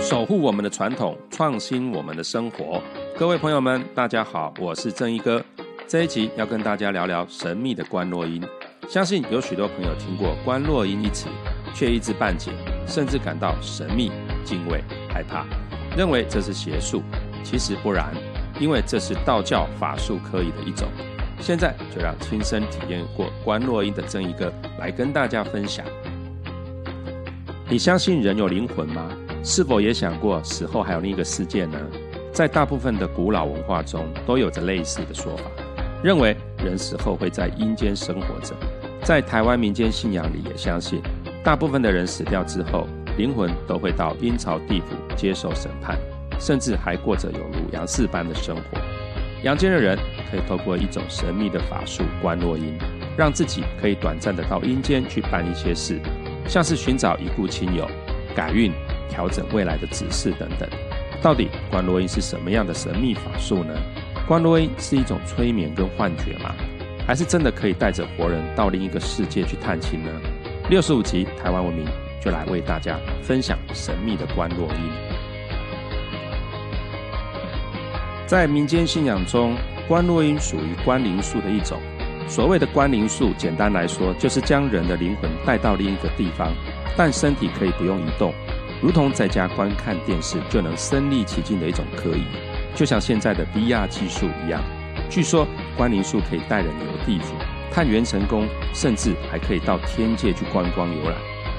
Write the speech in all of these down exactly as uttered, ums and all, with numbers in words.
守护我们的传统，创新我们的生活。各位朋友们，大家好，我是正一哥。这一集要跟大家聊聊神秘的观落阴。相信有许多朋友听过观落阴一词，却一知半解，甚至感到神秘、敬畏、害怕，认为这是邪术。其实不然，因为这是道教法术科仪的一种。现在就让亲身体验过观落阴的正一哥来跟大家分享。你相信人有灵魂吗？是否也想过死后还有另一个世界呢？在大部分的古老文化中都有着类似的说法，认为人死后会在阴间生活着。在台湾民间信仰里也相信，大部分的人死掉之后，灵魂都会到阴曹地府接受审判，甚至还过着有如阳世般的生活。阳间的人可以透过一种神秘的法术观落阴，让自己可以短暂的到阴间去办一些事，像是寻找已故亲友、改运、调整未来的指示等等。到底观落阴是什么样的神秘法术呢？观落阴是一种催眠跟幻觉吗？还是真的可以带着活人到另一个世界去探亲呢？六十五集台湾文明就来为大家分享神秘的观落阴。在民间信仰中，观落阴属于观灵术的一种。所谓的观灵术，简单来说就是将人的灵魂带到另一个地方，但身体可以不用移动，如同在家观看电视就能身临其境的一种科仪，就像现在的 V R 技术一样。据说观灵术可以带人游地府、探元成功，甚至还可以到天界去观光游览。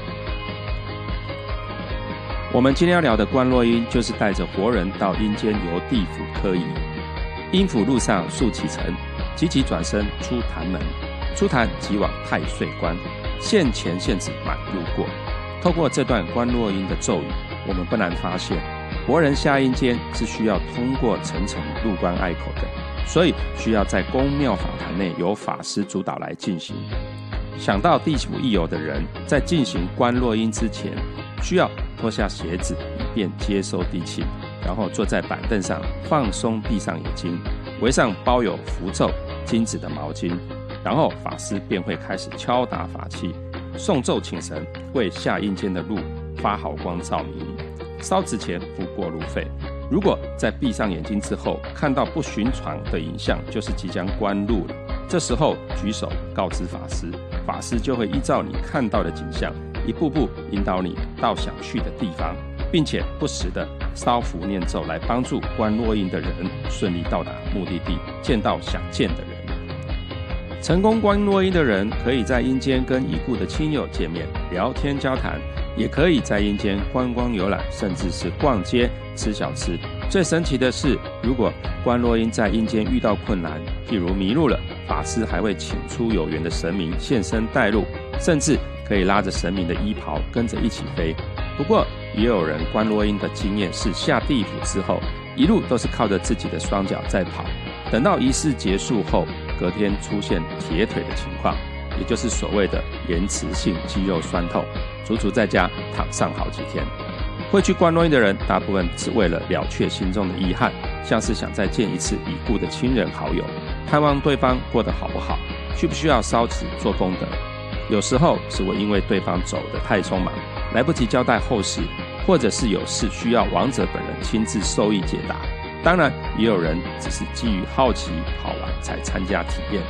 我们今天要聊的观落阴，就是带着活人到阴间游地府科仪。阴府路上竖起城，急急转身出坛门，出坛即往太岁关，现前现指满路过。透过这段观落阴的咒语，我们不难发现，活人下阴间是需要通过层层入关隘口的，所以需要在宫庙法坛内由法师主导来进行。想到地府一游的人，在进行观落阴之前，需要脱下鞋子以便接收地气，然后坐在板凳上放松，闭上眼睛，围上包有符咒、金子的毛巾，然后法师便会开始敲打法器，诵咒请神，为下阴间的路发好光照明。烧纸钱付过路费。如果在闭上眼睛之后看到不寻常的影像，就是即将观路了。这时候举手告知法师，法师就会依照你看到的景象，一步步引导你到想去的地方，并且不时的烧符念咒来帮助观落阴的人顺利到达目的地，见到想见的人。成功观落阴的人可以在阴间跟已故的亲友见面、聊天交谈，也可以在阴间观光游览，甚至是逛街吃小吃。最神奇的是，如果观落阴在阴间遇到困难，譬如迷路了，法师还会请出有缘的神明现身带路，甚至可以拉着神明的衣袍跟着一起飞。不过也有人观落阴的经验是下地府之后，一路都是靠着自己的双脚在跑，等到仪式结束后，隔天出现铁腿的情况，也就是所谓的延迟性肌肉酸痛，足足在家躺上好几天。会去观落阴的人，大部分是为了了却心中的遗憾，像是想再见一次已故的亲人好友，探望对方过得好不好，需不需要烧纸做功德。有时候是我因为对方走得太匆忙，来不及交代后事，或者是有事需要亡者本人亲自授意解答。当然也有人只是基于好奇好玩才参加体验。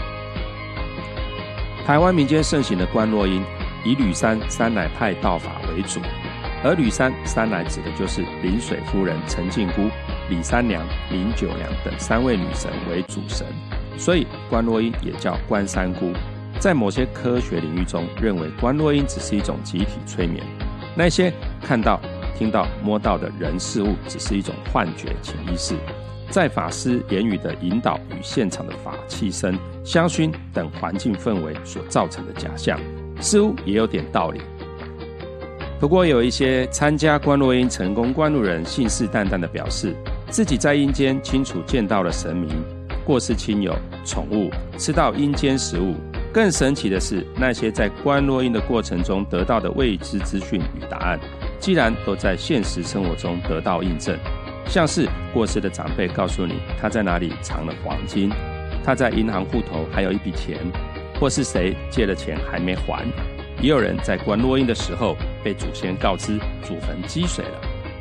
台湾民间盛行的观落阴，以吕山三奶派道法为主，而吕山三奶指的就是临水夫人陈靖姑、李三娘、林九娘等三位女神为主神，所以观落阴也叫观三姑。在某些科学领域中，认为观落阴只是一种集体催眠，那些看到、听到、摸到的人事物只是一种幻觉、潜意识，在法师言语的引导与现场的法器声、香薰等环境氛围所造成的假象，似乎也有点道理。不过有一些参加观落阴成功观路人信誓旦旦地表示，自己在阴间清楚见到了神明、过世亲友、宠物，吃到阴间食物。更神奇的是，那些在观落阴的过程中得到的未知资讯与答案，既然都在现实生活中得到印证。像是过世的长辈告诉你他在哪里藏了黄金，他在银行户头还有一笔钱，或是谁借了钱还没还。也有人在观落阴的时候被祖先告知祖坟积水了，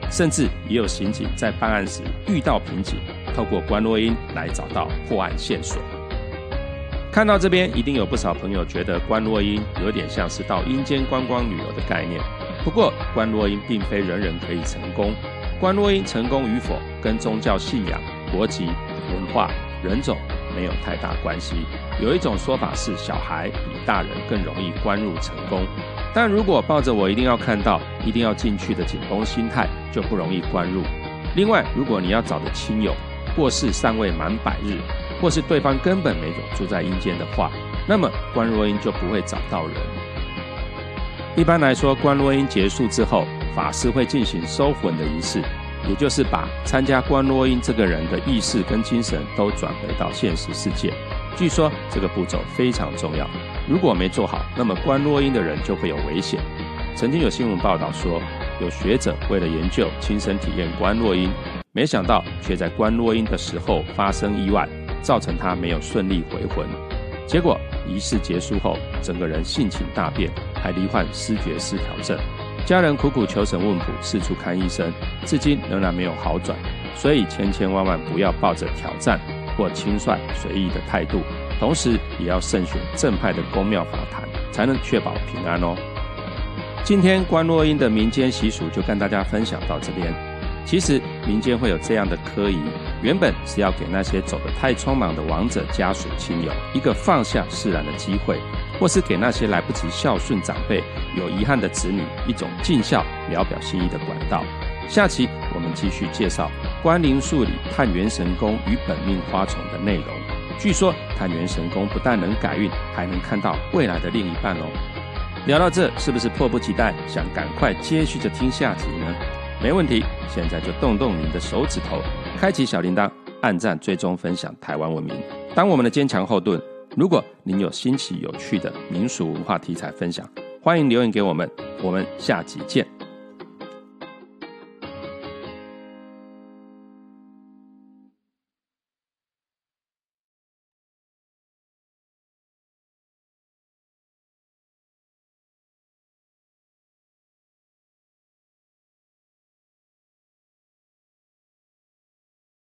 甚至也有刑警在办案时遇到瓶颈，透过观落阴来找到破案线索。看到这边，一定有不少朋友觉得观落阴有点像是到阴间观光旅游的概念。不过，观落阴并非人人可以成功。观落阴成功与否，跟宗教信仰、国籍、文化、人种没有太大关系。有一种说法是，小孩比大人更容易观入成功。但如果抱着我一定要看到、一定要进去的紧绷心态，就不容易观入。另外，如果你要找的亲友过世尚未满百日，或是对方根本没有住在阴间的话，那么观落阴就不会找到人。一般来说，观落阴结束之后，法师会进行收魂的仪式，也就是把参加观落阴这个人的意识跟精神都转回到现实世界。据说这个步骤非常重要，如果没做好，那么观落阴的人就会有危险。曾经有新闻报道说，有学者为了研究亲身体验观落阴，没想到却在观落阴的时候发生意外，造成他没有顺利回魂。结果仪式结束后，整个人性情大变，还罹患思觉失调症。家人苦苦求神问卜，四处看医生，至今仍然没有好转。所以千千万万不要抱着挑战或轻率随意的态度，同时也要慎选正派的宫庙法坛，才能确保平安哦。今天观落阴的民间习俗就跟大家分享到这边。其实民间会有这样的科仪，原本是要给那些走得太匆忙的亡者家属亲友一个放下释然的机会，或是给那些来不及孝顺长辈、有遗憾的子女一种尽孝聊表心意的管道。下期我们继续介绍观灵数理探元神功与本命花丛的内容。据说探元神功不但能改运，还能看到未来的另一半哦。聊到这，是不是迫不及待想赶快接续着听下集呢？没问题，现在就动动你的手指头，开启小铃铛，按赞追踪分享台湾文明，当我们的坚强后盾。如果您有新奇有趣的民俗文化题材分享，欢迎留言给我们，我们下集见。